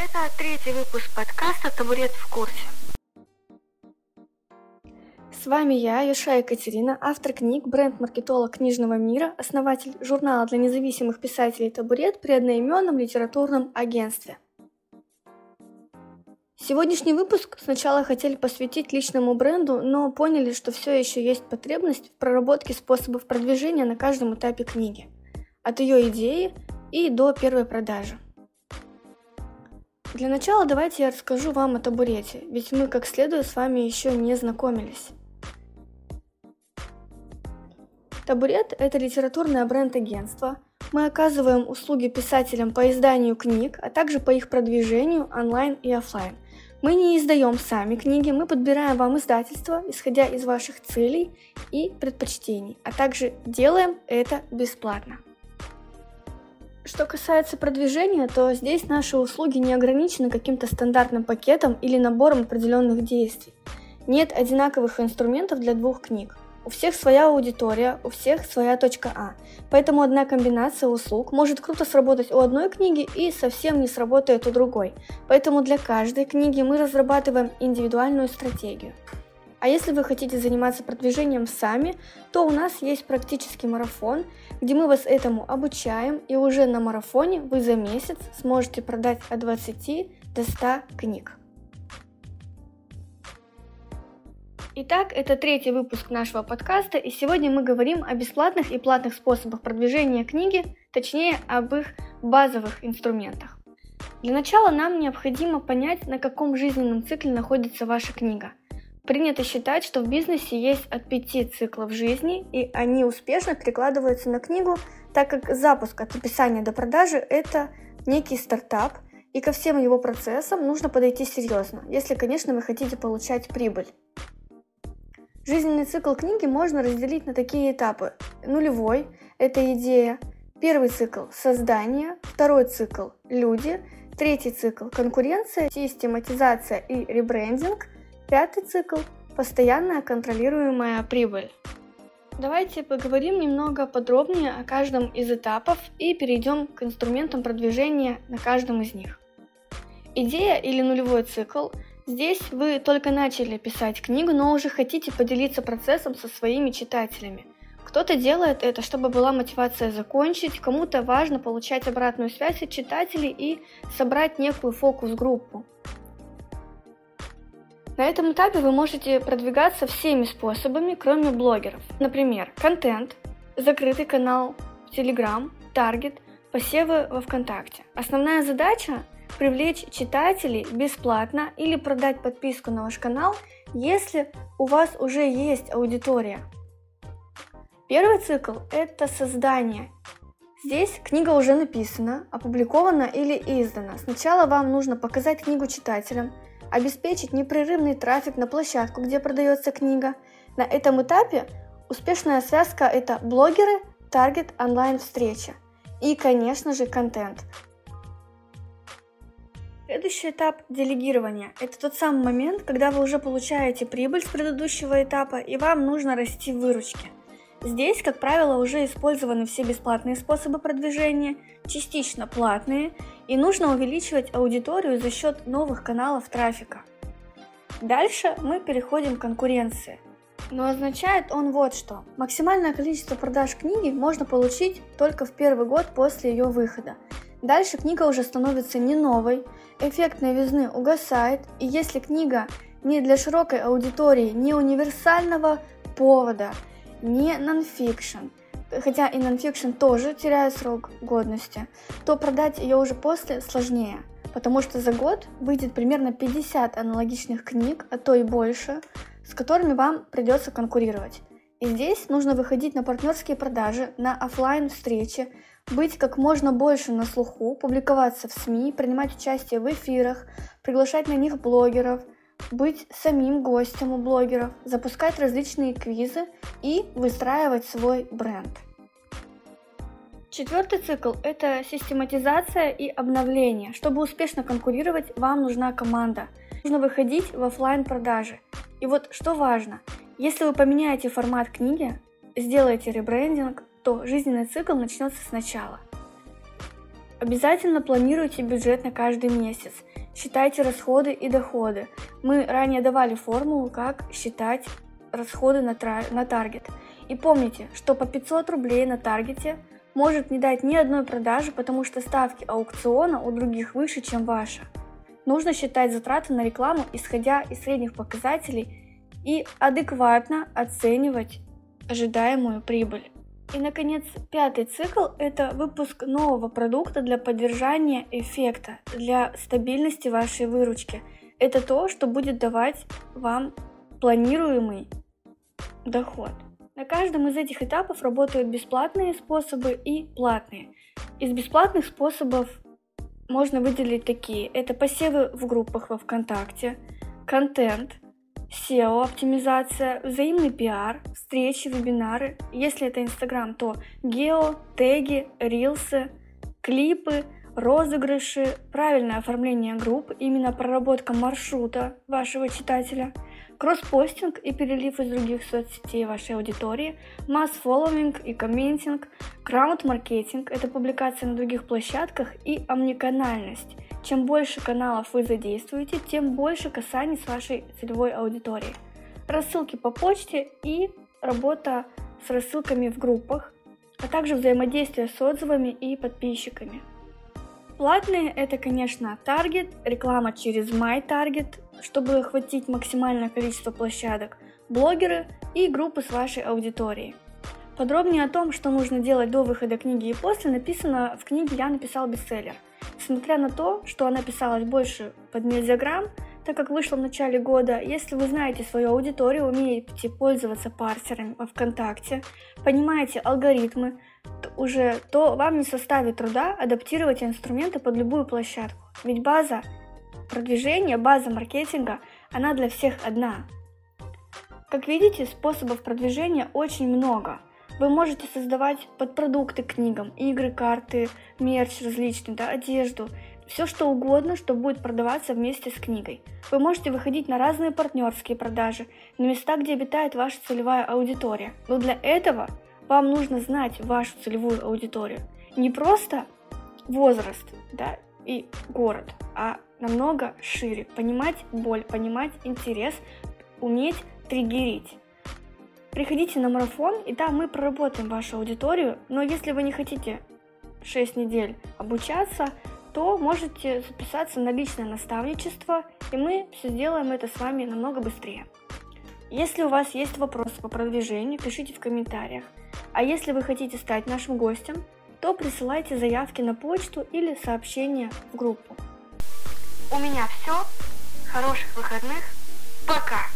Это третий выпуск подкаста «Табурет в курсе». С вами я, Юша Екатерина, автор книг, бренд-маркетолог книжного мира, основатель журнала для независимых писателей «Табурет» при одноименном литературном агентстве. Сегодняшний выпуск сначала хотели посвятить личному бренду, но поняли, что все еще есть потребность в проработке способов продвижения на каждом этапе книги, от ее идеи и до первой продажи. Для начала давайте я расскажу вам о «Табурете», ведь мы как следует с вами еще не знакомились. «Табурет» — это литературное бренд-агентство. Мы оказываем услуги писателям по изданию книг, а также по их продвижению онлайн и офлайн. Мы не издаем сами книги, мы подбираем вам издательства, исходя из ваших целей и предпочтений, а также делаем это бесплатно. Что касается продвижения, то здесь наши услуги не ограничены каким-то стандартным пакетом или набором определенных действий. Нет одинаковых инструментов для двух книг. У всех своя аудитория, у всех своя точка А. Поэтому одна комбинация услуг может круто сработать у одной книги и совсем не сработает у другой. Поэтому для каждой книги мы разрабатываем индивидуальную стратегию. А если вы хотите заниматься продвижением сами, то у нас есть практический марафон, где мы вас этому обучаем, и уже на марафоне вы за месяц сможете продать от 20 до 100 книг. Итак, это третий выпуск нашего подкаста, и сегодня мы говорим о бесплатных и платных способах продвижения книги, точнее, об их базовых инструментах. Для начала нам необходимо понять, на каком жизненном цикле находится ваша книга. Принято считать, что в бизнесе есть от 5 циклов жизни, и они успешно перекладываются на книгу, так как запуск от описания до продажи – это некий стартап, и ко всем его процессам нужно подойти серьезно, если, конечно, вы хотите получать прибыль. Жизненный цикл книги можно разделить на такие этапы. Нулевой – это идея. Первый цикл – создание. Второй цикл – люди. Третий цикл – конкуренция, систематизация и ребрендинг. Пятый цикл – постоянная контролируемая прибыль. Давайте поговорим немного подробнее о каждом из этапов и перейдем к инструментам продвижения на каждом из них. Идея или нулевой цикл – здесь вы только начали писать книгу, но уже хотите поделиться процессом со своими читателями. Кто-то делает это, чтобы была мотивация закончить, кому-то важно получать обратную связь от читателей и собрать некую фокус-группу. На этом этапе вы можете продвигаться всеми способами, кроме блогеров. Например, контент, закрытый канал в Telegram, таргет, посевы во ВКонтакте. Основная задача – привлечь читателей бесплатно или продать подписку на ваш канал, если у вас уже есть аудитория. Первый цикл – это создание. Здесь книга уже написана, опубликована или издана. Сначала вам нужно показать книгу читателям, обеспечить непрерывный трафик на площадку, где продается книга. На этом этапе успешная связка – это блогеры, таргет, онлайн-встреча и, конечно же, контент. Следующий этап – делегирование. Это тот самый момент, когда вы уже получаете прибыль с предыдущего этапа и вам нужно расти в выручке. Здесь, как правило, уже использованы все бесплатные способы продвижения, частично платные, и нужно увеличивать аудиторию за счет новых каналов трафика. Дальше мы переходим к конкуренции. Но означает он вот что. Максимальное количество продаж книги можно получить только в первый год после ее выхода. Дальше книга уже становится не новой, эффект новизны угасает, и если книга не для широкой аудитории, не универсального повода, не нонфикшн, хотя и нонфикшн тоже теряет срок годности, то продать ее уже после сложнее, потому что за год выйдет примерно 50 аналогичных книг, а то и больше, с которыми вам придется конкурировать. И здесь нужно выходить на партнерские продажи, на офлайн встречи, быть как можно больше на слуху, публиковаться в СМИ, принимать участие в эфирах, приглашать на них блогеров, быть самим гостем у блогеров, запускать различные квизы и выстраивать свой бренд. Четвертый цикл – это систематизация и обновление. Чтобы успешно конкурировать, вам нужна команда. Нужно выходить в офлайн продажи. И вот что важно, если вы поменяете формат книги, сделаете ребрендинг, то жизненный цикл начнется сначала. Обязательно планируйте бюджет на каждый месяц. Считайте расходы и доходы. Мы ранее давали формулу, как считать расходы на таргет. И помните, что по 500 рублей на таргете может не дать ни одной продажи, потому что ставки аукциона у других выше, чем ваша. Нужно считать затраты на рекламу, исходя из средних показателей, и адекватно оценивать ожидаемую прибыль. И, наконец, 5-й цикл – это выпуск нового продукта для поддержания эффекта, для стабильности вашей выручки. Это то, что будет давать вам планируемый доход. На каждом из этих этапов работают бесплатные способы и платные. Из бесплатных способов можно выделить такие. Это посевы в группах во ВКонтакте, контент, SEO-оптимизация, взаимный пиар, встречи, вебинары. Если это Инстаграм, то гео, теги, рилсы, клипы, розыгрыши, правильное оформление групп, именно проработка маршрута вашего читателя, кросс-постинг и перелив из других соцсетей вашей аудитории, масс-фолловинг и комментинг, крауд-маркетинг – это публикация на других площадках и омниканальность. Чем больше каналов вы задействуете, тем больше касаний с вашей целевой аудиторией. Рассылки по почте и работа с рассылками в группах, а также взаимодействие с отзывами и подписчиками. Платные – это, конечно, таргет, реклама через MyTarget, чтобы охватить максимальное количество площадок, блогеры и группы с вашей аудиторией. Подробнее о том, что нужно делать до выхода книги и после, написано в книге «Я написал бестселлер». Несмотря на то, что она писалась больше под медиаграмм, так как вышла в начале года, если вы знаете свою аудиторию, умеете пользоваться парсерами во ВКонтакте, понимаете алгоритмы, то вам не составит труда адаптировать инструменты под любую площадку. Ведь база продвижения, база маркетинга, она для всех одна. Как видите, способов продвижения очень много. Вы можете создавать подпродукты к книгам, игры, карты, мерч различный, одежду, все что угодно, что будет продаваться вместе с книгой. Вы можете выходить на разные партнерские продажи, на места, где обитает ваша целевая аудитория. Но для этого вам нужно знать вашу целевую аудиторию. Не просто возраст, и город, а намного шире. Понимать боль, понимать интерес, уметь триггерить. Приходите на марафон, и там мы проработаем вашу аудиторию, но если вы не хотите 6 недель обучаться, то можете записаться на личное наставничество, и мы все сделаем это с вами намного быстрее. Если у вас есть вопросы по продвижению, пишите в комментариях. А если вы хотите стать нашим гостем, то присылайте заявки на почту или сообщения в группу. У меня все. Хороших выходных. Пока!